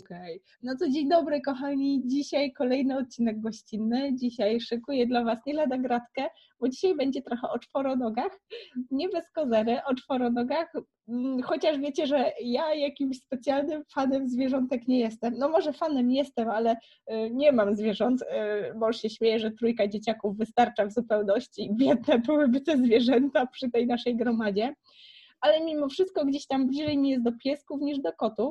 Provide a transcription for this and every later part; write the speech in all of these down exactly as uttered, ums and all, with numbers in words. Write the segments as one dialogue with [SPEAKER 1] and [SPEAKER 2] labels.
[SPEAKER 1] Okej. No to dzień dobry, kochani. Dzisiaj kolejny odcinek gościnny. Dzisiaj szykuję dla Was nie lada gratkę, bo dzisiaj będzie trochę o czworonogach. Nie bez kozery, o czworonogach. Chociaż wiecie, że ja jakimś specjalnym fanem zwierzątek nie jestem. No może fanem jestem, ale nie mam zwierząt. Mąż się śmieje, że trójka dzieciaków wystarcza w zupełności. Biedne byłyby te zwierzęta przy tej naszej gromadzie. Ale mimo wszystko gdzieś tam bliżej mi jest do piesków niż do kotów.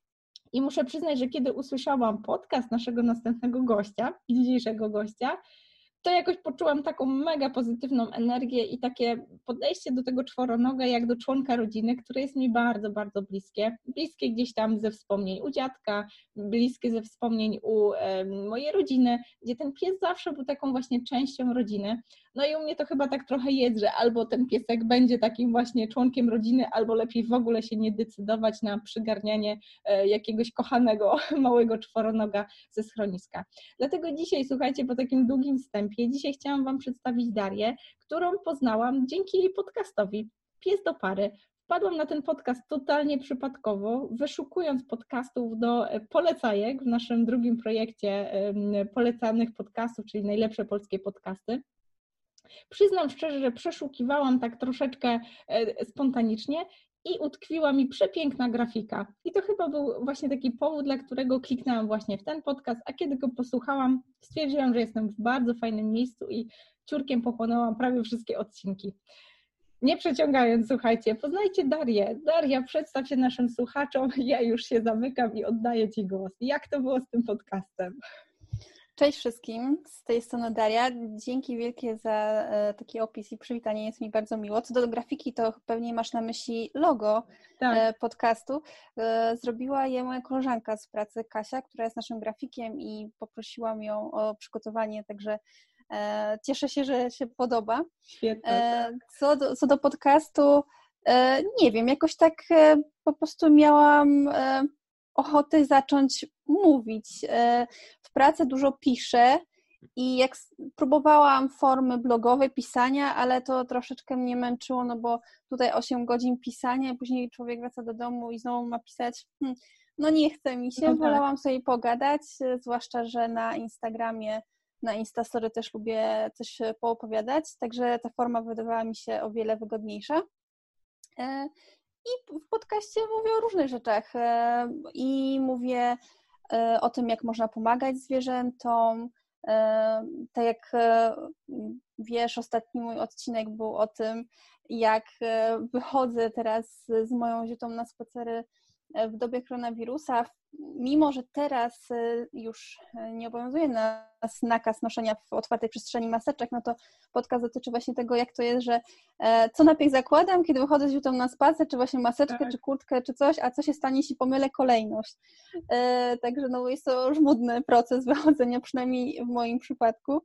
[SPEAKER 1] I muszę przyznać, że kiedy usłyszałam podcast naszego następnego gościa, dzisiejszego gościa, to jakoś poczułam taką mega pozytywną energię i takie podejście do tego czworonoga jak do członka rodziny, które jest mi bardzo, bardzo bliskie. Bliskie gdzieś tam ze wspomnień u dziadka, bliskie ze wspomnień u e, mojej rodziny, gdzie ten pies zawsze był taką właśnie częścią rodziny. No i u mnie to chyba tak trochę jest, że albo ten piesek będzie takim właśnie członkiem rodziny, albo lepiej w ogóle się nie decydować na przygarnianie e, jakiegoś kochanego małego czworonoga ze schroniska. Dlatego dzisiaj, słuchajcie, po takim długim wstępie, dzisiaj chciałam Wam przedstawić Darię, którą poznałam dzięki jej podcastowi Pies do pary. Wpadłam na ten podcast totalnie przypadkowo, wyszukując podcastów do polecajek w naszym drugim projekcie polecanych podcastów, czyli najlepsze polskie podcasty. Przyznam szczerze, że przeszukiwałam tak troszeczkę spontanicznie i utkwiła mi przepiękna grafika. I to chyba był właśnie taki powód, dla którego kliknęłam właśnie w ten podcast, a kiedy go posłuchałam, stwierdziłam, że jestem w bardzo fajnym miejscu i ciurkiem pochłonęłam prawie wszystkie odcinki. Nie przeciągając, słuchajcie, poznajcie Darię. Daria, przedstaw się naszym słuchaczom, ja już się zamykam i oddaję Ci głos. Jak to było z tym podcastem?
[SPEAKER 2] Cześć wszystkim, z tej strony Daria. Dzięki wielkie za taki opis i przywitanie, jest mi bardzo miło. Co do grafiki, to pewnie masz na myśli logo tak. podcastu. Zrobiła je moja koleżanka z pracy, Kasia, która jest naszym grafikiem i poprosiłam ją o przygotowanie, także cieszę się, że się podoba.
[SPEAKER 1] Świetnie.
[SPEAKER 2] Co do, co do podcastu, nie wiem, jakoś tak po prostu miałam ochotę zacząć mówić. W pracy dużo piszę i jak próbowałam formy blogowej pisania, ale to troszeczkę mnie męczyło, no bo tutaj osiem godzin pisania, później człowiek wraca do domu i znowu ma pisać. Hm, no nie chce mi się, no tak. Wolałam sobie pogadać, zwłaszcza, że na Instagramie, na Instastory też lubię coś poopowiadać, także ta forma wydawała mi się o wiele wygodniejsza. I w podcaście mówię o różnych rzeczach i mówię o tym, jak można pomagać zwierzętom. Tak jak wiesz, ostatni mój odcinek był o tym, jak wychodzę teraz z moją ziutą na spacery w dobie koronawirusa. Mimo że teraz już nie obowiązuje nas nakaz noszenia w otwartej przestrzeni maseczek, no to podcast dotyczy właśnie tego, jak to jest, że co najpierw zakładam, kiedy wychodzę z ziutą na spacer, czy właśnie maseczkę, tak. czy kurtkę, czy coś, a co się stanie, jeśli pomylę kolejność. Także no, jest to żmudny proces wychodzenia, przynajmniej w moim przypadku.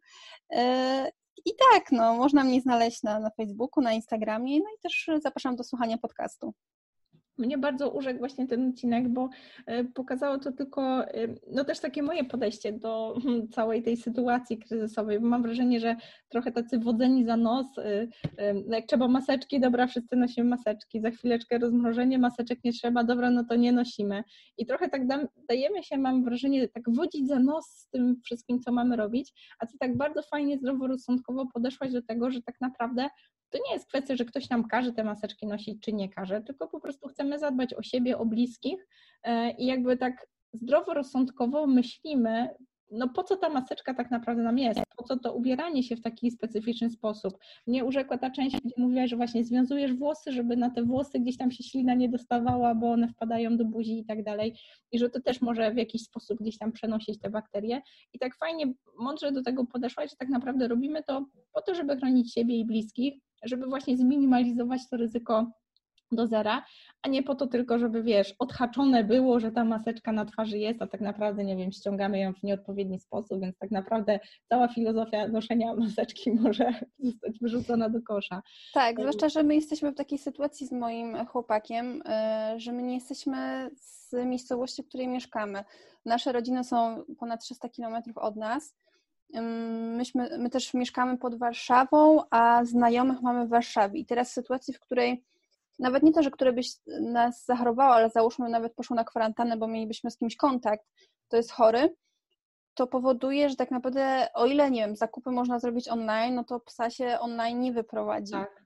[SPEAKER 2] I tak, no, można mnie znaleźć na, na Facebooku, na Instagramie, no i też zapraszam do słuchania podcastu.
[SPEAKER 1] Mnie bardzo urzekł właśnie ten odcinek, bo pokazało to tylko, no też takie moje podejście do całej tej sytuacji kryzysowej. Mam wrażenie, że trochę tacy wodzeni za nos, jak trzeba maseczki, dobra, wszyscy nosimy maseczki, za chwileczkę rozmrożenie, maseczek nie trzeba, dobra, no to nie nosimy. I trochę tak dajemy się, mam wrażenie, tak wodzić za nos z tym wszystkim, co mamy robić, a ty tak bardzo fajnie, zdroworozsądkowo podeszłaś do tego, że tak naprawdę to nie jest kwestia, że ktoś nam każe te maseczki nosić, czy nie każe, tylko po prostu chcemy zadbać o siebie, o bliskich i jakby tak zdroworozsądkowo myślimy, no po co ta maseczka tak naprawdę nam jest, po co to ubieranie się w taki specyficzny sposób. Mnie urzekła ta część, gdzie mówiłaś, że właśnie związujesz włosy, żeby na te włosy gdzieś tam się ślina nie dostawała, bo one wpadają do buzi i tak dalej i że to też może w jakiś sposób gdzieś tam przenosić te bakterie i tak fajnie, mądrze do tego podeszłaś, że tak naprawdę robimy to po to, żeby chronić siebie i bliskich, żeby właśnie zminimalizować to ryzyko do zera, a nie po to tylko, żeby wiesz, odhaczone było, że ta maseczka na twarzy jest, a tak naprawdę, nie wiem, ściągamy ją w nieodpowiedni sposób, więc tak naprawdę cała filozofia noszenia maseczki może zostać wyrzucona do kosza.
[SPEAKER 2] Tak, zwłaszcza, że my jesteśmy w takiej sytuacji z moim chłopakiem, że my nie jesteśmy z miejscowości, w której mieszkamy. Nasze rodziny są ponad trzysta kilometrów od nas. Myśmy, my też mieszkamy pod Warszawą, a znajomych mamy w Warszawie. I teraz w sytuacji, w której nawet nie to, że które byś nas zachorowało, ale załóżmy nawet poszło na kwarantannę, bo mielibyśmy z kimś kontakt, to jest chory, to powoduje, że tak naprawdę, o ile, nie wiem, zakupy można zrobić online, no to psa się online nie wyprowadzi.
[SPEAKER 1] Tak.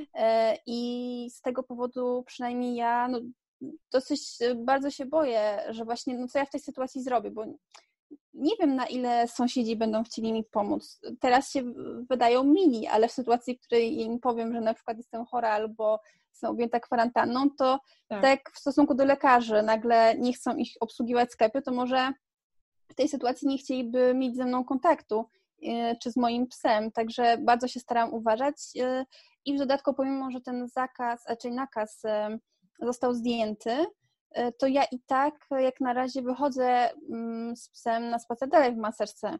[SPEAKER 2] I z tego powodu przynajmniej ja no, dosyć bardzo się boję, że właśnie, no co ja w tej sytuacji zrobię, bo nie wiem, na ile sąsiedzi będą chcieli mi pomóc. Teraz się wydają mili, ale w sytuacji, w której im powiem, że na przykład jestem chora albo jestem objęta kwarantanną, to tak. tak w stosunku do lekarzy nagle nie chcą ich obsługiwać sklepy, to może w tej sytuacji nie chcieliby mieć ze mną kontaktu czy z moim psem, także bardzo się staram uważać i w dodatku pomimo, że ten zakaz, raczej nakaz został zdjęty, to ja i tak jak na razie wychodzę z psem na spacer dalej w maseczce,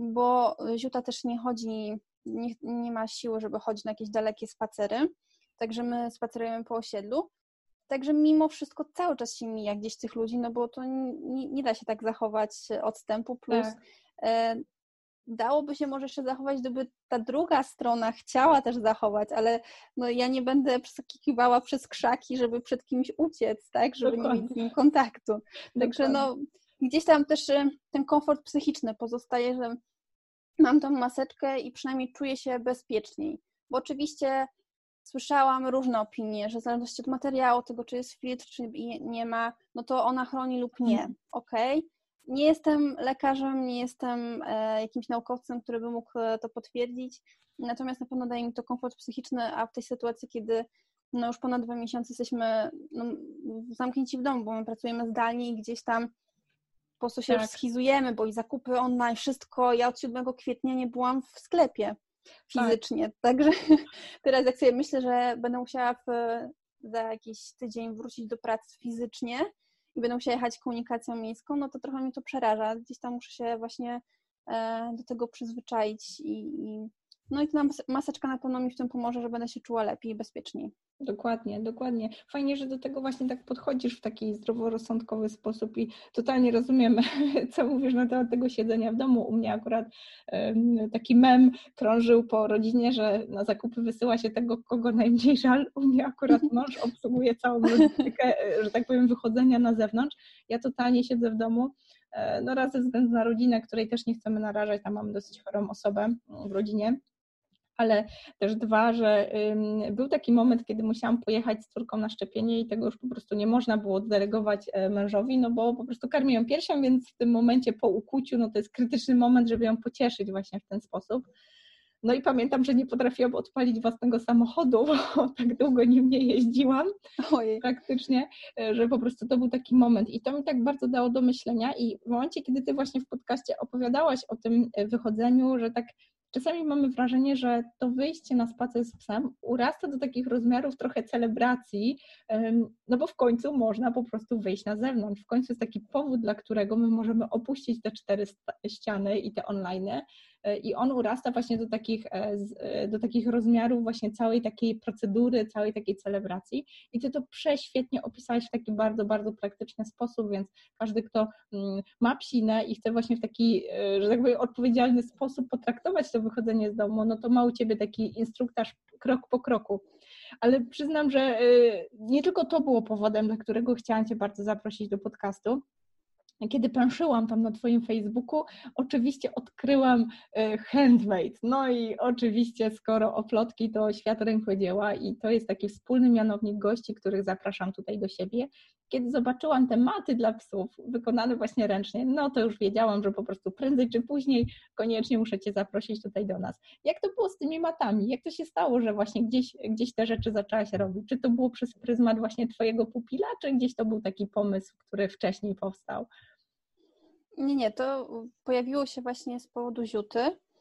[SPEAKER 2] bo Ziuta też nie chodzi, nie, nie ma siły, żeby chodzić na jakieś dalekie spacery, także my spacerujemy po osiedlu. Także mimo wszystko cały czas się mija gdzieś tych ludzi, no bo to nie, nie da się tak zachować odstępu, plus tak. e, dałoby się może jeszcze zachować, gdyby ta druga strona chciała też zachować, ale no ja nie będę przeskakiwała przez krzaki, żeby przed kimś uciec, tak, żeby Dokładnie. nie mieć z nim kontaktu. Także Dokładnie. no gdzieś tam też ten komfort psychiczny pozostaje, że mam tą maseczkę i przynajmniej czuję się bezpieczniej, bo oczywiście słyszałam różne opinie, że w zależności od materiału, tego czy jest filtr, czy nie ma, no to ona chroni lub nie. Okej. Okay. Nie jestem lekarzem, nie jestem e, jakimś naukowcem, który by mógł to potwierdzić, natomiast na pewno daje mi to komfort psychiczny, a w tej sytuacji, kiedy no już ponad dwa miesiące jesteśmy no, zamknięci w domu, bo my pracujemy zdalnie i gdzieś tam po prostu się tak. już schizujemy, bo i zakupy online, wszystko. Ja od siódmego kwietnia nie byłam w sklepie fizycznie, tak. Także teraz jak sobie myślę, że będę musiała w, za jakiś tydzień wrócić do pracy fizycznie i będę musiała jechać komunikacją miejską, no to trochę mnie to przeraża. Gdzieś tam muszę się właśnie e, do tego przyzwyczaić i, i no i ta maseczka na pewno mi w tym pomoże, że będę się czuła lepiej i bezpieczniej.
[SPEAKER 1] Dokładnie, dokładnie. Fajnie, że do tego właśnie tak podchodzisz w taki zdroworozsądkowy sposób i totalnie rozumiem, co mówisz na temat tego siedzenia w domu. U mnie akurat um, taki mem krążył po rodzinie, że na zakupy wysyła się tego, kogo najmniej żal. U mnie akurat mąż obsługuje całą logistykę, że tak powiem, wychodzenia na zewnątrz. Ja totalnie siedzę w domu. No raz ze względu na rodzinę, której też nie chcemy narażać, tam mamy dosyć chorą osobę w rodzinie. Ale też dwa, że ym, był taki moment, kiedy musiałam pojechać z córką na szczepienie i tego już po prostu nie można było delegować mężowi, no bo po prostu karmię ją piersią, więc w tym momencie po ukuciu, no to jest krytyczny moment, żeby ją pocieszyć właśnie w ten sposób. No i pamiętam, że nie potrafiłam odpalić własnego samochodu, bo tak długo nim nie jeździłam Ojej. praktycznie, że po prostu to był taki moment i to mi tak bardzo dało do myślenia i w momencie, kiedy ty właśnie w podcaście opowiadałaś o tym wychodzeniu, że tak czasami mamy wrażenie, że to wyjście na spacer z psem urasta do takich rozmiarów trochę celebracji, no bo w końcu można po prostu wyjść na zewnątrz. W końcu jest taki powód, dla którego my możemy opuścić te cztery ściany i te online i on urasta właśnie do takich, do takich rozmiarów właśnie całej takiej procedury, całej takiej celebracji i ty to prześwietnie opisałeś w taki bardzo, bardzo praktyczny sposób, więc każdy, kto ma psinę i chce właśnie w taki, że tak powiem, odpowiedzialny sposób potraktować to wychodzenie z domu, no to ma u ciebie taki instruktaż krok po kroku. Ale przyznam, że nie tylko to było powodem, dla którego chciałam cię bardzo zaprosić do podcastu. Kiedy pęszyłam tam na twoim Facebooku, oczywiście odkryłam handmade. No i oczywiście, skoro oplotki to świat rękodzieła i to jest taki wspólny mianownik gości, których zapraszam tutaj do siebie. Kiedy zobaczyłam te maty dla psów wykonane właśnie ręcznie, no to już wiedziałam, że po prostu prędzej czy później koniecznie muszę cię zaprosić tutaj do nas. Jak to było z tymi matami? Jak to się stało, że właśnie gdzieś, gdzieś te rzeczy zaczęłaś robić? Czy to było przez pryzmat właśnie twojego pupila, czy gdzieś to był taki pomysł, który wcześniej powstał?
[SPEAKER 2] Nie, nie, to pojawiło się właśnie z powodu Ziuty.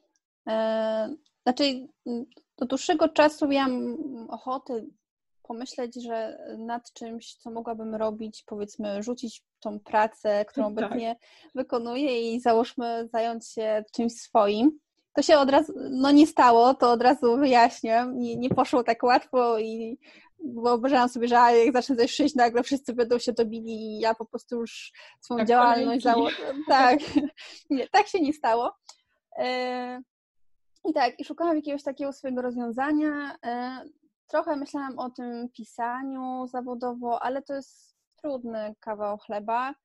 [SPEAKER 2] Znaczy, do dłuższego czasu miałam ochotę pomyśleć, że nad czymś, co mogłabym robić, powiedzmy, rzucić tą pracę, którą obecnie tak. wykonuję i załóżmy zająć się czymś swoim. To się od razu, no nie stało, to od razu wyjaśniam, nie, nie poszło tak łatwo i wyobrażałam sobie, że jak zacznę coś szyć, nagle wszyscy będą się dobili i ja po prostu już swoją tak, działalność założę. Tak, nie, tak się nie stało. I tak, i szukałam jakiegoś takiego swojego rozwiązania. trochę myślałam o tym pisaniu zawodowo, ale to jest trudny kawał chleba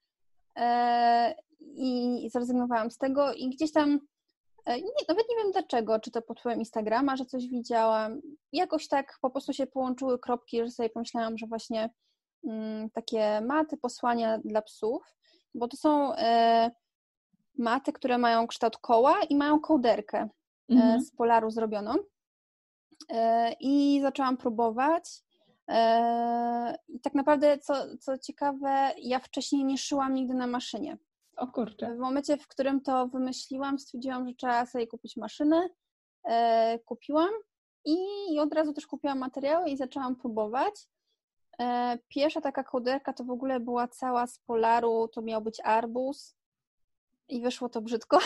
[SPEAKER 2] i zrezygnowałam z tego i gdzieś tam, nie, nawet nie wiem dlaczego, czy to pod wpływem Instagrama, że coś widziałam, jakoś tak po prostu się połączyły kropki, że sobie pomyślałam, że właśnie mm, takie maty, posłania dla psów, bo to są e, maty, które mają kształt koła i mają kołderkę mhm. e, z polaru zrobioną e, i zaczęłam próbować. I tak naprawdę, co, co ciekawe, ja wcześniej nie szyłam nigdy na maszynie.
[SPEAKER 1] O kurczę.
[SPEAKER 2] W momencie, w którym to wymyśliłam, stwierdziłam, że trzeba sobie kupić maszynę. E, kupiłam i, i od razu też kupiłam materiały i zaczęłam próbować. E, pierwsza taka kołderka to w ogóle była cała z polaru, to miał być arbuz i wyszło to brzydko.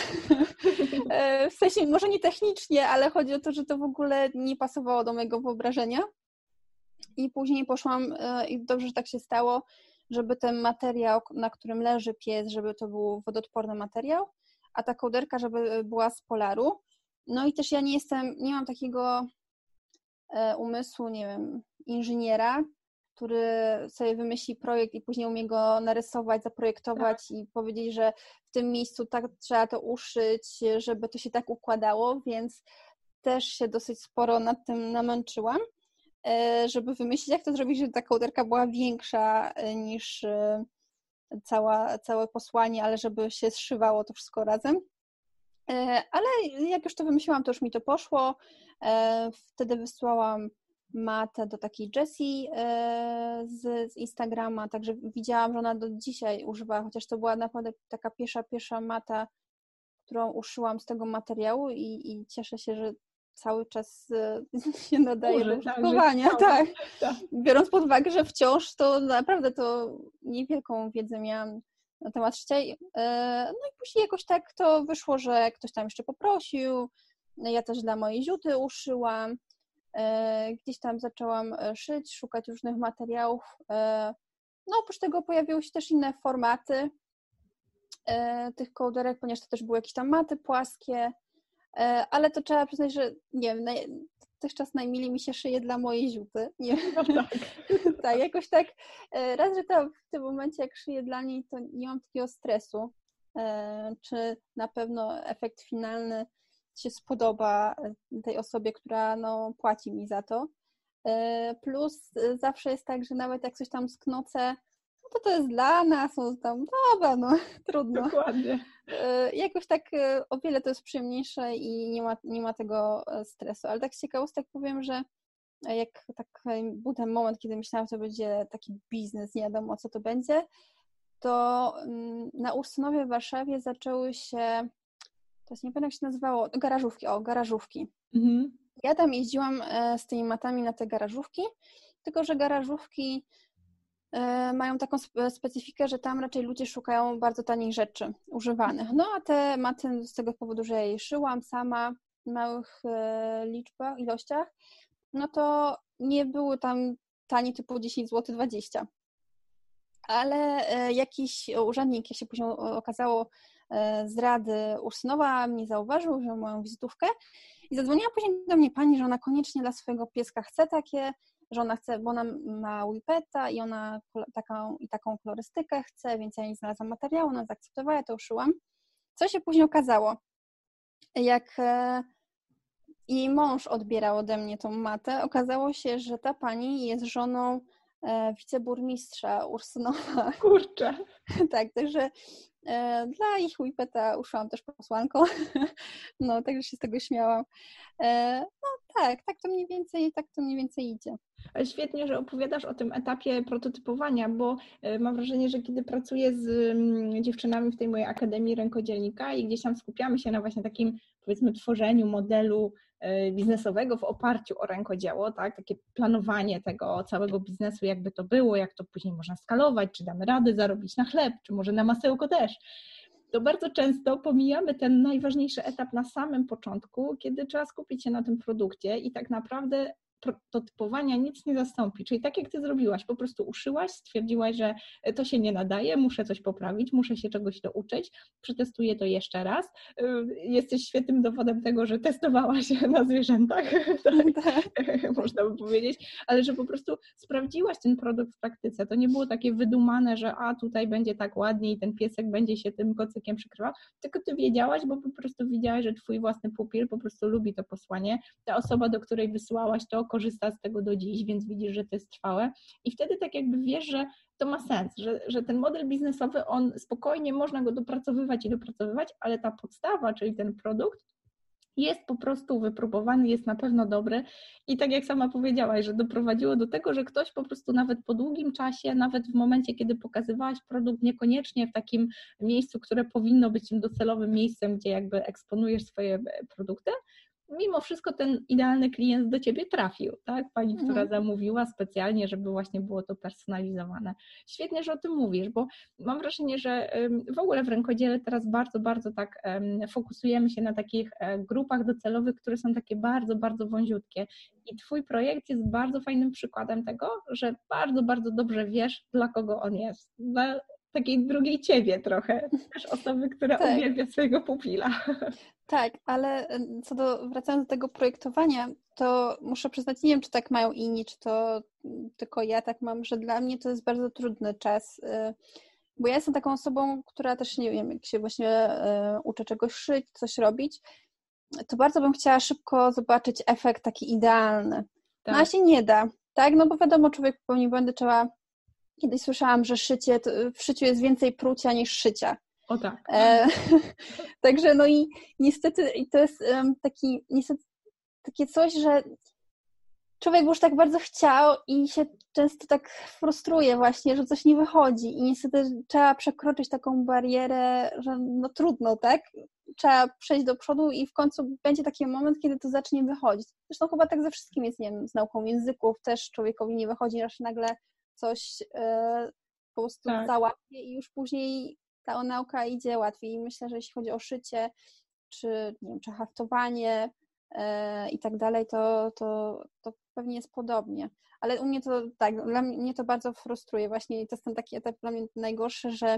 [SPEAKER 2] e, w sensie, może nie technicznie, ale chodzi o to, że to w ogóle nie pasowało do mojego wyobrażenia. I później poszłam, i dobrze, że tak się stało, żeby ten materiał, na którym leży pies, żeby to był wodoodporny materiał, a ta kołderka, żeby była z polaru. No i też ja nie jestem, nie mam takiego umysłu, nie wiem, inżyniera, który sobie wymyśli projekt i później umie go narysować, zaprojektować tak. I powiedzieć, że w tym miejscu tak trzeba to uszyć, żeby to się tak układało, więc też się dosyć sporo nad tym namęczyłam, żeby wymyślić, jak to zrobić, żeby ta kołderka była większa niż cała, całe posłanie, ale żeby się zszywało to wszystko razem. Ale jak już to wymyśliłam, to już mi to poszło. Wtedy wysłałam matę do takiej Jessie z, z Instagrama, także widziałam, że ona do dzisiaj używa, chociaż to była naprawdę taka pierwsza, pierwsza mata, którą uszyłam z tego materiału i, i cieszę się, że cały czas się nadaje Uży, do użytkowania. Tak, tak. tak. Biorąc pod uwagę, że wciąż to naprawdę to niewielką wiedzę miałam na temat szycia. No i później jakoś tak to wyszło, że ktoś tam jeszcze poprosił. Ja też dla mojej ziuty uszyłam. Gdzieś tam zaczęłam szyć, szukać różnych materiałów. No oprócz tego pojawiły się też inne formaty tych kołderek, ponieważ to też były jakieś tam maty płaskie. Ale to trzeba przyznać, że nie wiem, dotychczas najmilej mi się szyje dla mojej ziuty. Nie wiem. No tak. tak, jakoś tak, raz, że to w tym momencie jak szyję dla niej, to nie mam takiego stresu, czy na pewno efekt finalny się spodoba tej osobie, która no, płaci mi za to. Plus zawsze jest tak, że nawet jak coś tam sknocę, no to to jest dla nas, no tam, dobra, no trudno.
[SPEAKER 1] Dokładnie.
[SPEAKER 2] Jakoś tak o wiele to jest przyjemniejsze i nie ma, nie ma tego stresu. Ale tak z ciekawostek powiem, że jak tak był ten moment, kiedy myślałam, że to będzie taki biznes, nie wiadomo co to będzie, to na Ursynowie w Warszawie zaczęły się, to jest nie pamiętam jak się nazywało, garażówki, o, garażówki. Mhm. Ja tam jeździłam z tymi matami na te garażówki, tylko że garażówki mają taką specyfikę, że tam raczej ludzie szukają bardzo tanich rzeczy używanych. No a te maty z tego powodu, że ja je szyłam sama w małych liczbach, ilościach, no to nie były tam tanie typu dziesięć złotych, dwadzieścia. Ale jakiś urzędnik, jak się później okazało, z Rady Ursynowa mnie zauważył, wziął moją wizytówkę i zadzwoniła później do mnie pani, że ona koniecznie dla swojego pieska chce takie, że ona chce, bo ona ma Whippeta i ona taką i taką kolorystykę chce, więc ja nie znalazłam materiału, ona zaakceptowała, ja to uszyłam. Co się później okazało? Jak jej mąż odbierał ode mnie tą matę, okazało się, że ta pani jest żoną wiceburmistrza Ursynowa.
[SPEAKER 1] Kurczę.
[SPEAKER 2] Tak, także dla ich Whippeta uszyłam też posłanką. No, także się z tego śmiałam. No tak, tak to mniej więcej, tak to mniej więcej idzie.
[SPEAKER 1] Ale świetnie, że opowiadasz o tym etapie prototypowania, bo mam wrażenie, że kiedy pracuję z dziewczynami w tej mojej Akademii Rękodzielnika i gdzieś tam skupiamy się na właśnie takim, powiedzmy, tworzeniu modelu biznesowego w oparciu o rękodzieło, tak, takie planowanie tego całego biznesu, jakby to było, jak to później można skalować, czy damy radę zarobić na chleb, czy może na masełko też, to bardzo często pomijamy ten najważniejszy etap na samym początku, kiedy trzeba skupić się na tym produkcie i tak naprawdę prototypowania nic nie zastąpi. Czyli tak jak ty zrobiłaś, po prostu uszyłaś, stwierdziłaś, że to się nie nadaje, muszę coś poprawić, muszę się czegoś douczyć, przetestuję to jeszcze raz. Jesteś świetnym dowodem tego, że testowałaś na zwierzętach, tak, można by powiedzieć, ale że po prostu sprawdziłaś ten produkt w praktyce. To nie było takie wydumane, że a tutaj będzie tak ładnie i ten piesek będzie się tym kocykiem przykrywał, tylko ty wiedziałaś, bo po prostu widziałaś, że twój własny pupil po prostu lubi to posłanie. Ta osoba, do której wysyłałaś to, korzysta z tego do dziś, więc widzisz, że to jest trwałe i wtedy tak jakby wiesz, że to ma sens, że, że ten model biznesowy, on spokojnie można go dopracowywać i dopracowywać, ale ta podstawa, czyli ten produkt jest po prostu wypróbowany, jest na pewno dobry i tak jak sama powiedziałaś, że doprowadziło do tego, że ktoś po prostu nawet po długim czasie, nawet w momencie, kiedy pokazywałaś produkt niekoniecznie w takim miejscu, które powinno być tym docelowym miejscem, gdzie jakby eksponujesz swoje produkty, mimo wszystko ten idealny klient do ciebie trafił, tak? Pani, która
[SPEAKER 2] Mhm.
[SPEAKER 1] zamówiła specjalnie, żeby właśnie było to personalizowane. Świetnie, że o tym mówisz, bo mam wrażenie, że w ogóle w rękodziele teraz bardzo, bardzo tak fokusujemy się na takich grupach docelowych, które są takie bardzo, bardzo wąziutkie. I twój projekt jest bardzo fajnym przykładem tego, że bardzo, bardzo dobrze wiesz, dla kogo on jest. Dla takiej drugiej ciebie trochę, też osoby, która
[SPEAKER 2] Tak.
[SPEAKER 1] uwielbia swojego pupila.
[SPEAKER 2] Tak, ale co do, wracając do tego projektowania, to muszę przyznać, nie wiem, czy tak mają inni, czy to tylko ja tak mam, że dla mnie to jest bardzo trudny czas, bo ja jestem taką osobą, która też, nie wiem, jak się właśnie uczę czegoś szyć, coś robić, to bardzo bym chciała szybko zobaczyć efekt taki idealny. Tak. No a się nie da, tak? No bo wiadomo, człowiek popełni błędy, trzeba... Kiedyś słyszałam, że szycie, w szyciu jest więcej prucia niż szycia.
[SPEAKER 1] O tak.
[SPEAKER 2] E, także no i niestety i to jest um, taki, niestety takie coś, że człowiek już tak bardzo chciał i się często tak frustruje właśnie, że coś nie wychodzi i niestety trzeba przekroczyć taką barierę, że no trudno, tak? Trzeba przejść do przodu i w końcu będzie taki moment, kiedy to zacznie wychodzić. Zresztą chyba tak ze wszystkim jest, nie wiem, z nauką języków też człowiekowi nie wychodzi, aż nagle coś e, po prostu tak załapie i już później ta nauka idzie łatwiej. I myślę, że jeśli chodzi o szycie, czy, nie wiem, czy haftowanie e, i tak dalej, to, to, to pewnie jest podobnie. Ale u mnie to tak, dla mnie to bardzo frustruje. Właśnie to jest ten taki etap dla mnie najgorszy, że,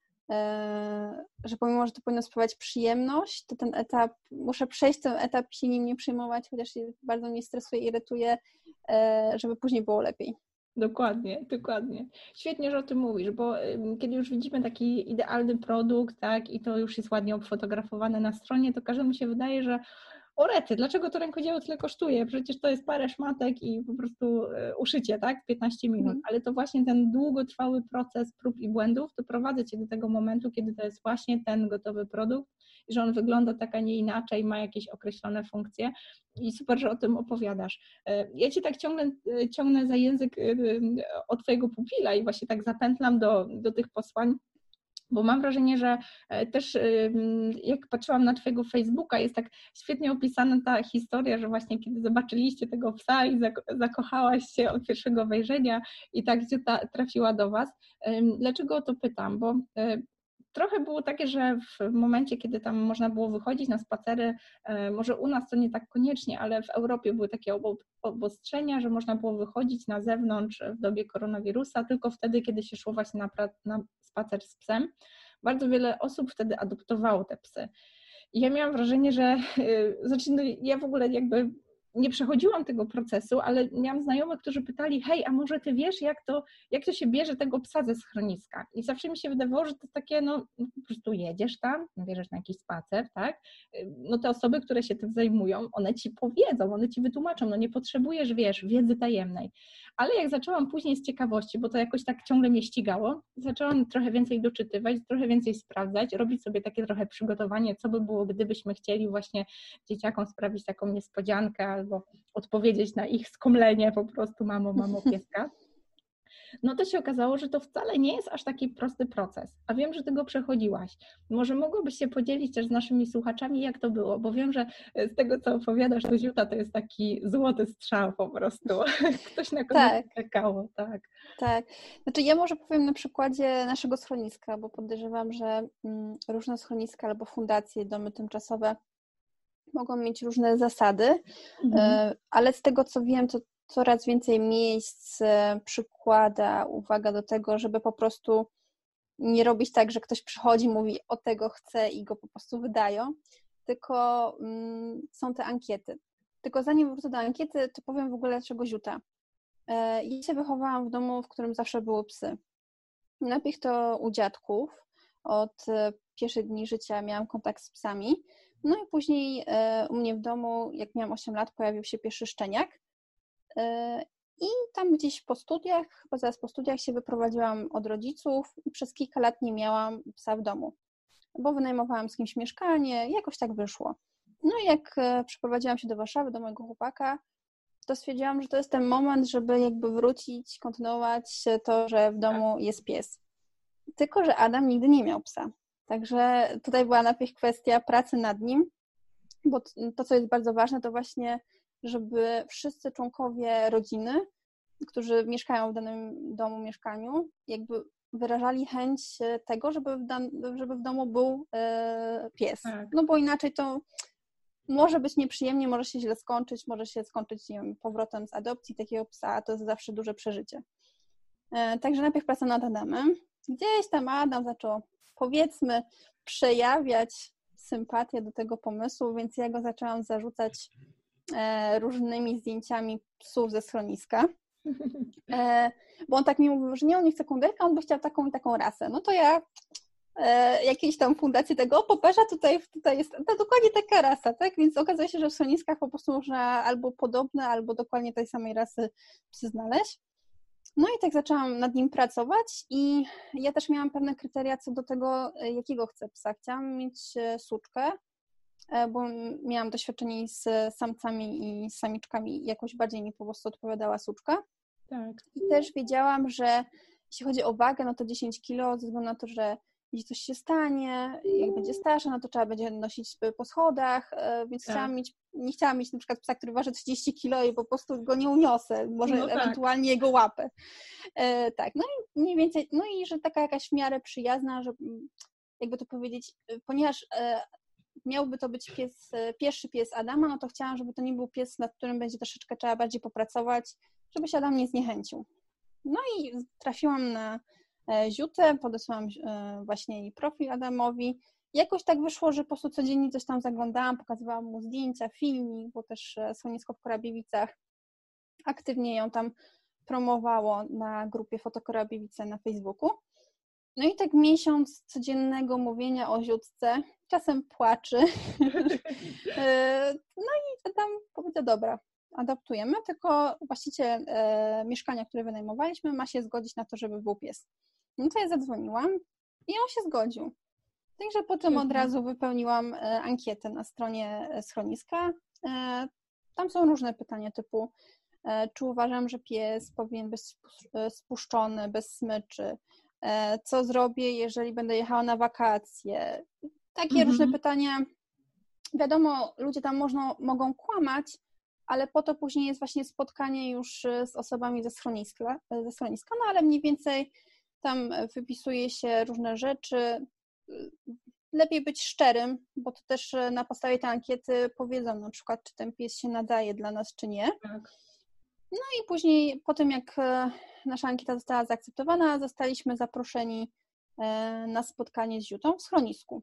[SPEAKER 2] e, że pomimo, że to powinno sprawiać przyjemność, to ten etap, muszę przejść ten etap i się nim nie przejmować, chociaż bardzo mnie stresuje i irytuje, e, żeby później było lepiej.
[SPEAKER 1] Dokładnie, dokładnie. Świetnie, że o tym mówisz, bo kiedy już widzimy taki idealny produkt, tak, i to już jest ładnie obfotografowane na stronie, to każdemu się wydaje, że o rety, dlaczego to rękodzieło tyle kosztuje? Przecież to jest parę szmatek i po prostu uszycie, tak, piętnaście minut, mm. ale to właśnie ten długotrwały proces prób i błędów doprowadza cię do tego momentu, kiedy to jest właśnie ten gotowy produkt i że on wygląda tak, a nie inaczej, ma jakieś określone funkcje i super, że o tym opowiadasz. Ja cię tak ciągnę, ciągnę za język od twojego pupila i właśnie tak zapętlam do, do tych posłań, bo mam wrażenie, że też jak patrzyłam na twojego Facebooka, jest tak świetnie opisana ta historia, że właśnie kiedy zobaczyliście tego psa i zakochałaś się od pierwszego wejrzenia i tak ta trafiła do was. Dlaczego o to pytam? Bo trochę było takie, że w momencie, kiedy tam można było wychodzić na spacery, może u nas to nie tak koniecznie, ale w Europie były takie obostrzenia, że można było wychodzić na zewnątrz w dobie koronawirusa tylko wtedy, kiedy się szło właśnie na, na spacer z psem. Bardzo wiele osób wtedy adoptowało te psy. I ja miałam wrażenie, że znaczy, no, ja w ogóle jakby nie przechodziłam tego procesu, ale miałam znajomych, którzy pytali, hej, a może ty wiesz, jak to, jak to się bierze tego psa ze schroniska? I zawsze mi się wydawało, że to takie, no po prostu jedziesz tam, bierzesz na jakiś spacer, tak? No te osoby, które się tym zajmują, one ci powiedzą, one ci wytłumaczą, no nie potrzebujesz, wiesz, wiedzy tajemnej. Ale jak zaczęłam później z ciekawości, bo to jakoś tak ciągle mnie ścigało, zaczęłam trochę więcej doczytywać, trochę więcej sprawdzać, robić sobie takie trochę przygotowanie, co by było, gdybyśmy chcieli właśnie dzieciakom sprawić taką niespodziankę albo odpowiedzieć na ich skomlenie po prostu mamo, mamo, pieska. No to się okazało, że to wcale nie jest aż taki prosty proces, a wiem, że ty go przechodziłaś. Może mogłabyś się podzielić też z naszymi słuchaczami, jak to było, bo wiem, że z tego, co opowiadasz, to Ziuta to jest taki złoty strzał po prostu. Ktoś na kogoś tak czekało, tak.
[SPEAKER 2] Tak. Znaczy ja może powiem na przykładzie naszego schroniska, bo podejrzewam, że różne schroniska albo fundacje, domy tymczasowe mogą mieć różne zasady, mhm. ale z tego, co wiem, to coraz więcej miejsc przykłada uwagę do tego, żeby po prostu nie robić tak, że ktoś przychodzi, mówi o tego chce i go po prostu wydają, tylko mm, są te ankiety. Tylko zanim wrócę do ankiety, to powiem w ogóle dlaczego ziuta. Ja się wychowałam w domu, w którym zawsze były psy. Najpierw to u dziadków. Od pierwszych dni życia miałam kontakt z psami. No i później u mnie w domu, jak miałam osiem lat, pojawił się pierwszy szczeniak. I tam gdzieś po studiach, chyba zaraz po studiach się wyprowadziłam od rodziców i przez kilka lat nie miałam psa w domu, bo wynajmowałam z kimś mieszkanie, jakoś tak wyszło. No i jak przeprowadziłam się do Warszawy, do mojego chłopaka, to stwierdziłam, że to jest ten moment, żeby jakby wrócić, kontynuować to, że w domu jest pies. Tylko że Adam nigdy nie miał psa. Także tutaj była najpierw kwestia pracy nad nim, bo to, co jest bardzo ważne, to właśnie, żeby wszyscy członkowie rodziny, którzy mieszkają w danym domu, mieszkaniu, jakby wyrażali chęć tego, żeby w, dan- żeby w domu był yy, pies. Tak. No bo inaczej to może być nieprzyjemnie, może się źle skończyć, może się skończyć, nie wiem, powrotem z adopcji takiego psa, a to jest zawsze duże przeżycie. Yy, także najpierw praca nad Adamem. Gdzieś tam Adam zaczął, powiedzmy, przejawiać sympatię do tego pomysłu, więc ja go zaczęłam zarzucać e, różnymi zdjęciami psów ze schroniska. E, bo on tak mi mówił, że nie, on nie chce kundelka, on by chciał taką i taką rasę. No to ja e, jakieś tam fundacje tego, o poperza, tutaj, tutaj jest to dokładnie taka rasa, tak? Więc okazuje się, że w schroniskach po prostu można albo podobne, albo dokładnie tej samej rasy psy znaleźć. No i tak zaczęłam nad nim pracować i ja też miałam pewne kryteria co do tego, jakiego chcę psa. Chciałam mieć suczkę, bo miałam doświadczenie z samcami i samiczkami i jakoś bardziej mi po prostu odpowiadała suczka.
[SPEAKER 1] Tak.
[SPEAKER 2] I też wiedziałam, że jeśli chodzi o wagę, no to dziesięć kilo, ze względu na to, że jeśli coś się stanie, jak będzie starsza, no to trzeba będzie nosić po schodach, więc tak. chciałam mieć, nie chciałam mieć na przykład psa, który waży trzydzieści kilo i po prostu go nie uniosę, może no ewentualnie tak. jego łapę. E, tak, no i mniej więcej, no i że taka jakaś w miarę przyjazna, że jakby to powiedzieć, ponieważ e, miałby to być pies, pierwszy pies Adama, no to chciałam, żeby to nie był pies, nad którym będzie troszeczkę trzeba bardziej popracować, żeby się Adam nie zniechęcił. No i trafiłam na Ziutę, podesłałam właśnie jej profil Adamowi. Jakoś tak wyszło, że po prostu codziennie coś tam zaglądałam, pokazywałam mu zdjęcia, filmik, bo też schronisko w Korabiewicach aktywnie ją tam promowało na grupie Fotokorabiewice na Facebooku. No i tak miesiąc codziennego mówienia o Ziutce, czasem płaczy. No i tam powiedział, dobra, adaptujemy, tylko właściciel e, mieszkania, które wynajmowaliśmy, ma się zgodzić na to, żeby był pies. No to ja zadzwoniłam i on się zgodził. Także potem od razu wypełniłam e, ankietę na stronie schroniska. E, tam są różne pytania typu e, czy uważam, że pies powinien być spuszczony, bez smyczy, e, co zrobię, jeżeli będę jechała na wakacje. Takie mhm. różne pytania. Wiadomo, ludzie tam można, mogą kłamać, ale po to później jest właśnie spotkanie już z osobami ze schroniska, ze schroniska, no ale mniej więcej tam wypisuje się różne rzeczy. Lepiej być szczerym, bo to też na podstawie tej ankiety powiedzą na przykład, czy ten pies się nadaje dla nas, czy nie. Tak. No i później, po tym jak nasza ankieta została zaakceptowana, zostaliśmy zaproszeni na spotkanie z Ziutą w schronisku.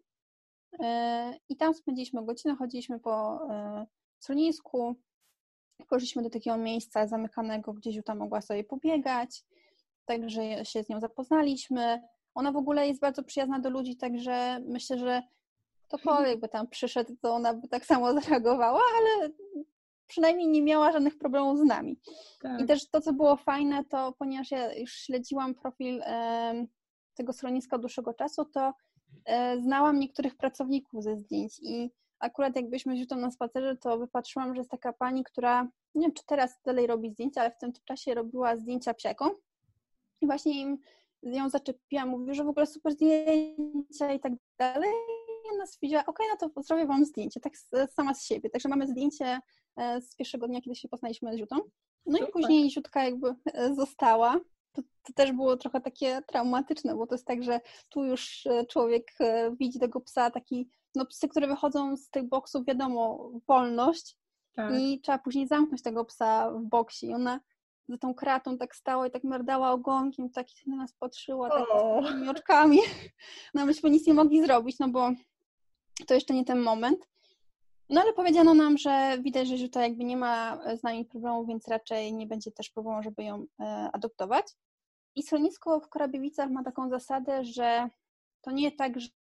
[SPEAKER 2] I tam spędziliśmy godzinę, chodziliśmy po schronisku, poszliśmy do takiego miejsca zamykanego, gdzie Ziuta mogła sobie pobiegać, także się z nią zapoznaliśmy. Ona w ogóle jest bardzo przyjazna do ludzi, także myślę, że ktokolwiek by tam przyszedł, to ona by tak samo zareagowała, ale przynajmniej nie miała żadnych problemów z nami. Tak. I też to, co było fajne, to ponieważ ja już śledziłam profil e, tego schroniska od dłuższego czasu, to e, znałam niektórych pracowników ze zdjęć i akurat jak byliśmy z Ziutą na spacerze, to wypatrzyłam, że jest taka pani, która, nie wiem, czy teraz dalej robi zdjęcia, ale w tym czasie robiła zdjęcia psiakom i właśnie im z nią zaczepiłam, mówię, że w ogóle super zdjęcia i tak dalej. I ona stwierdziła, okej, okay, no to zrobię wam zdjęcie, tak sama z siebie. Także mamy zdjęcie z pierwszego dnia, kiedy się poznaliśmy z Ziutą. No super. I później Ziutka jakby została. To, to też było trochę takie traumatyczne, bo to jest tak, że tu już człowiek widzi tego psa, taki, no psy, które wychodzą z tych boksów, wiadomo, wolność,
[SPEAKER 1] Tak.
[SPEAKER 2] I trzeba później zamknąć tego psa w boksie i ona za tą kratą tak stała i tak merdała ogonkiem, tak na nas patrzyła, tak z tymi oczkami. No myśmy nic nie mogli zrobić, no bo to jeszcze nie ten moment. No ale powiedziano nam, że widać, że Ziuta jakby nie ma z nami problemu, więc raczej nie będzie też problemu, żeby ją adoptować. I schronisko w Korabiewicach ma taką zasadę, że to nie tak, że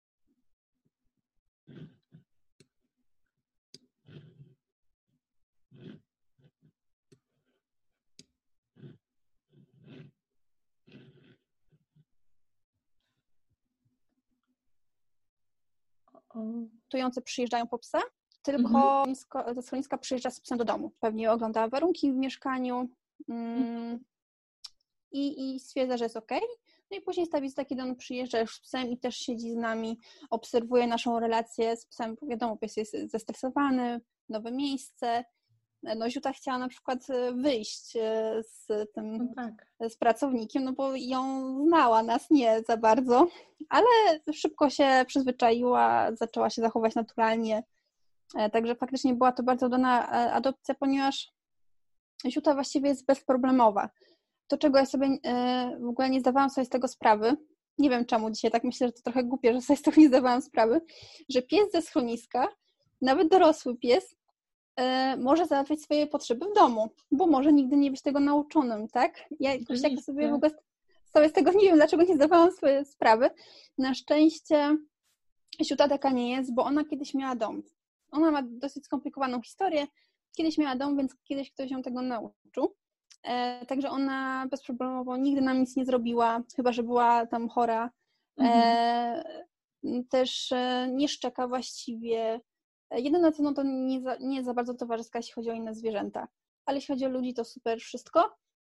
[SPEAKER 2] adoptujący przyjeżdżają po psa, tylko mhm. ze schroniska przyjeżdża z psem do domu. Pewnie ogląda warunki w mieszkaniu mm, i, i stwierdza, że jest okej. No i później ta wizyta, kiedy on przyjeżdża już z psem i też siedzi z nami, obserwuje naszą relację z psem. Wiadomo, pies jest zestresowany, nowe miejsce. No Ziuta chciała na przykład wyjść z tym,
[SPEAKER 1] no tak.
[SPEAKER 2] z pracownikiem, no bo ją znała, nas nie za bardzo, ale szybko się przyzwyczaiła, zaczęła się zachować naturalnie. Także faktycznie była to bardzo udana adopcja, ponieważ Ziuta właściwie jest bezproblemowa. To, czego ja sobie w ogóle nie zdawałam sobie z tego sprawy, nie wiem czemu dzisiaj tak myślę, że to trochę głupie, że sobie z tego nie zdawałam sprawy, że pies ze schroniska, nawet dorosły pies, może załatwiać swoje potrzeby w domu, bo może nigdy nie być tego nauczonym, tak? Ja jakoś tak sobie w ogóle sobie z tego nie wiem, dlaczego nie zdawałam sobie sprawy. Na szczęście Ziuta taka nie jest, bo ona kiedyś miała dom. Ona ma dosyć skomplikowaną historię. Kiedyś miała dom, więc kiedyś ktoś ją tego nauczył. E, także ona bezproblemowo nigdy nam nic nie zrobiła, chyba że była tam chora. E, też e, nie szczeka właściwie. Jedyne co, no to nie za, nie za bardzo towarzyska, jeśli chodzi o inne zwierzęta. Ale jeśli chodzi o ludzi, to super wszystko.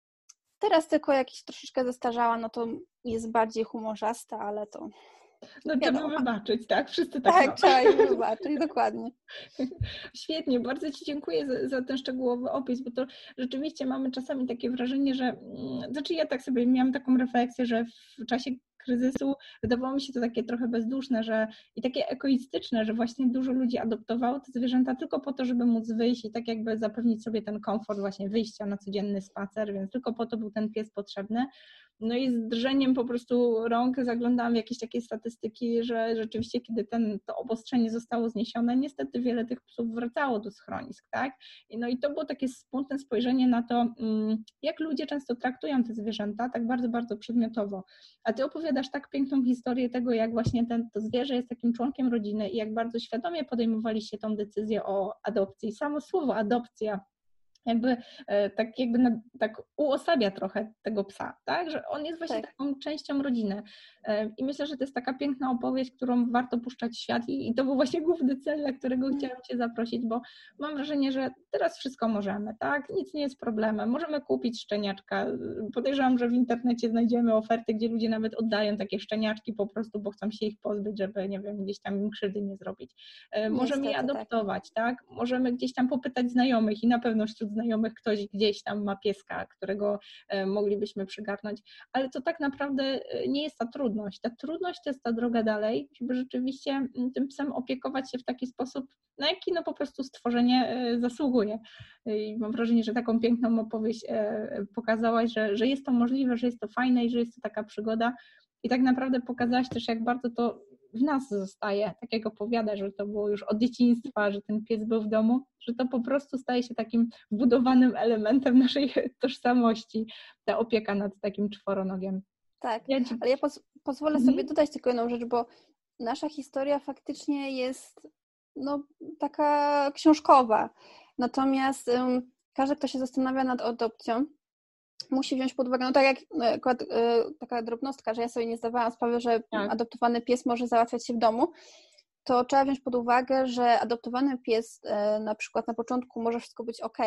[SPEAKER 2] Teraz tylko jakiś troszeczkę zestarzała, no to jest bardziej humorzasta, ale to...
[SPEAKER 1] No trzeba wybaczyć, tak? Wszyscy tak
[SPEAKER 2] Tak,
[SPEAKER 1] mamy.
[SPEAKER 2] trzeba jej wybaczyć, dokładnie.
[SPEAKER 1] Świetnie, bardzo Ci dziękuję za, za ten szczegółowy opis, bo to rzeczywiście mamy czasami takie wrażenie, że... Znaczy ja tak sobie miałam taką refleksję, że w czasie kryzysu wydawało mi się to takie trochę bezduszne, że i takie egoistyczne, że właśnie dużo ludzi adoptowało te zwierzęta tylko po to, żeby móc wyjść i tak jakby zapewnić sobie ten komfort właśnie wyjścia na codzienny spacer, więc tylko po to był ten pies potrzebny. No i z drżeniem po prostu rąk zaglądałam w jakieś takie statystyki, że rzeczywiście kiedy ten, to obostrzenie zostało zniesione, niestety wiele tych psów wracało do schronisk, tak? No i to było takie smutne spojrzenie na to, jak ludzie często traktują te zwierzęta, tak bardzo, bardzo przedmiotowo. A Ty opowiadasz tak piękną historię tego, jak właśnie ten, to zwierzę jest takim członkiem rodziny i jak bardzo świadomie podejmowaliście tą decyzję o adopcji. Samo słowo adopcja jakby tak jakby na, tak uosabia trochę tego psa, tak? Że on jest właśnie tak. taką częścią rodziny. I myślę, że to jest taka piękna opowieść, którą warto puszczać w świat i, i to był właśnie główny cel, dla którego chciałam Cię zaprosić, bo mam wrażenie, że teraz wszystko możemy, tak? Nic nie jest problemem. Możemy kupić szczeniaczka. Podejrzewam, że w internecie znajdziemy oferty, gdzie ludzie nawet oddają takie szczeniaczki po prostu, bo chcą się ich pozbyć, żeby, nie wiem, gdzieś tam im krzywdy nie zrobić. Możemy Niestety, je adoptować, tak. tak? Możemy gdzieś tam popytać znajomych i na pewno wśród znajomych ktoś gdzieś tam ma pieska, którego moglibyśmy przygarnąć, ale to tak naprawdę nie jest ta trudność. Ta trudność to jest ta droga dalej, żeby rzeczywiście tym psem opiekować się w taki sposób, na jaki no po prostu stworzenie zasługuje. I mam wrażenie, że taką piękną opowieść pokazałaś, że, że jest to możliwe, że jest to fajne i że jest to taka przygoda i tak naprawdę pokazałaś też, jak bardzo to w nas zostaje, tak jak opowiada, że to było już od dzieciństwa, że ten pies był w domu, że to po prostu staje się takim wbudowanym elementem naszej tożsamości, ta opieka nad takim czworonogiem.
[SPEAKER 2] Tak, ja ci... ale ja poz- pozwolę mhm. sobie dodać tylko jedną rzecz, bo nasza historia faktycznie jest no, taka książkowa, natomiast um, każdy, kto się zastanawia nad adopcją, musi wziąć pod uwagę, no tak jak akurat, y, taka drobnostka, że ja sobie nie zdawałam sprawy, że tak. adoptowany pies może załatwiać się w domu, to trzeba wziąć pod uwagę, że adoptowany pies y, na przykład na początku może wszystko być ok,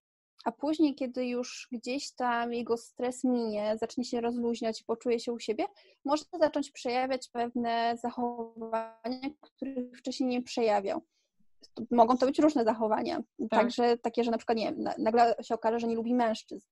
[SPEAKER 2] a później, kiedy już gdzieś tam jego stres minie, zacznie się rozluźniać i poczuje się u siebie, może zacząć przejawiać pewne zachowania, których wcześniej nie przejawiał. Mogą to być różne zachowania, tak. Także takie, że na przykład nie wiem, nagle się okaże, że nie lubi mężczyzn.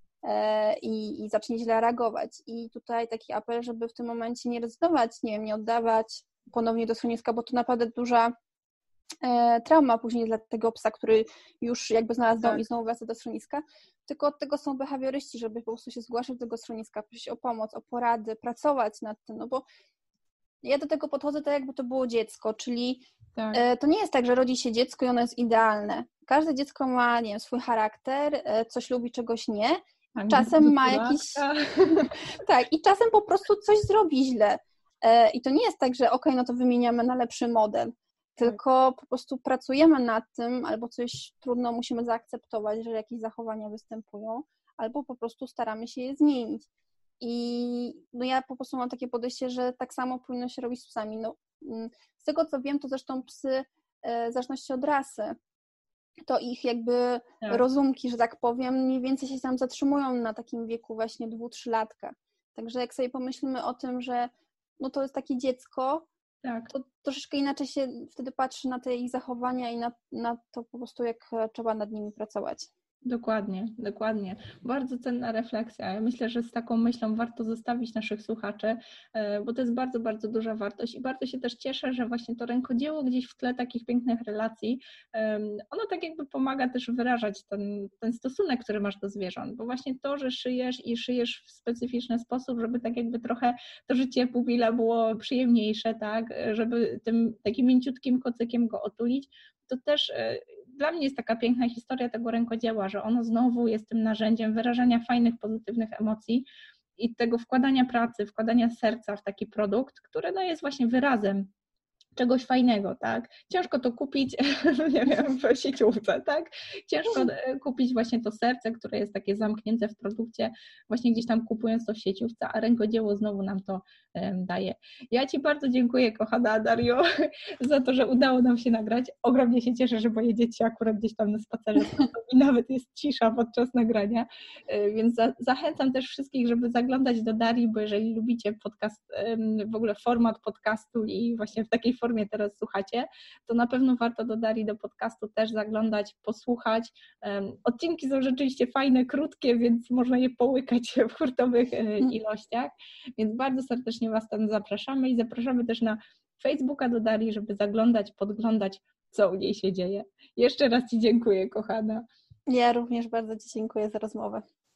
[SPEAKER 2] I, i zacznie źle reagować. I tutaj taki apel, żeby w tym momencie nie rezygnować, nie wiem, nie oddawać ponownie do schroniska, bo to naprawdę duża trauma później dla tego psa, który już jakby znalazł dom
[SPEAKER 1] Tak.
[SPEAKER 2] i znowu wraca do schroniska, tylko od tego są behawioryści, żeby po prostu się zgłaszać do tego schroniska, prosić o pomoc, o porady, pracować nad tym, no bo ja do tego podchodzę tak, jakby to było dziecko, czyli
[SPEAKER 1] Tak.
[SPEAKER 2] to nie jest tak, że rodzi się dziecko i ono jest idealne. Każde dziecko ma, nie wiem, swój charakter, coś lubi, czegoś nie.
[SPEAKER 1] Tak,
[SPEAKER 2] Czasem ma jakiś... tak, i czasem po prostu coś zrobi źle. I to nie jest tak, że okej, no to wymieniamy na lepszy model, tylko po prostu pracujemy nad tym, albo coś trudno musimy zaakceptować, że jakieś zachowania występują, albo po prostu staramy się je zmienić. I no ja po prostu mam takie podejście, że tak samo powinno się robić z psami. No, z tego co wiem, to zresztą psy, w zależności od rasy, to ich jakby tak. rozumki, że tak powiem, mniej więcej się tam zatrzymują na takim wieku właśnie dwu, trzylatka. Także jak sobie pomyślimy o tym, że no to jest takie dziecko, tak. to troszeczkę inaczej się wtedy patrzy na te ich zachowania i na, na to po prostu, jak trzeba nad nimi pracować.
[SPEAKER 1] Dokładnie, dokładnie. Bardzo cenna refleksja. Ja myślę, że z taką myślą warto zostawić naszych słuchaczy, bo to jest bardzo, bardzo duża wartość i bardzo się też cieszę, że właśnie to rękodzieło gdzieś w tle takich pięknych relacji, ono tak jakby pomaga też wyrażać ten, ten stosunek, który masz do zwierząt, bo właśnie to, że szyjesz i szyjesz w specyficzny sposób, żeby tak jakby trochę to życie pupila było przyjemniejsze, tak, żeby tym takim mięciutkim kocykiem go otulić, to też dla mnie jest taka piękna historia tego rękodzieła, że ono znowu jest tym narzędziem wyrażania fajnych, pozytywnych emocji i tego wkładania pracy, wkładania serca w taki produkt, który no jest właśnie wyrazem czegoś fajnego, tak? Ciężko to kupić, nie wiem, w sieciówce, tak? Ciężko kupić właśnie to serce, które jest takie zamknięte w produkcie, właśnie gdzieś tam kupując to w sieciówce, a rękodzieło znowu nam to um, daje. Ja Ci bardzo dziękuję, kochana Dario, za to, że udało nam się nagrać. Ogromnie się cieszę, że moje dzieci akurat gdzieś tam na spacerze są i nawet jest cisza podczas nagrania, więc za, zachęcam też wszystkich, żeby zaglądać do Darii, bo jeżeli lubicie podcast, w ogóle format podcastu i właśnie w takiej formie formie teraz słuchacie, to na pewno warto do Darii, do podcastu też zaglądać, posłuchać. Odcinki są rzeczywiście fajne, krótkie, więc można je połykać w hurtowych ilościach, więc bardzo serdecznie Was tam zapraszamy i zapraszamy też na Facebooka do Darii, żeby zaglądać, podglądać, co u niej się dzieje. Jeszcze raz Ci dziękuję, kochana.
[SPEAKER 2] Ja również bardzo Ci dziękuję za rozmowę.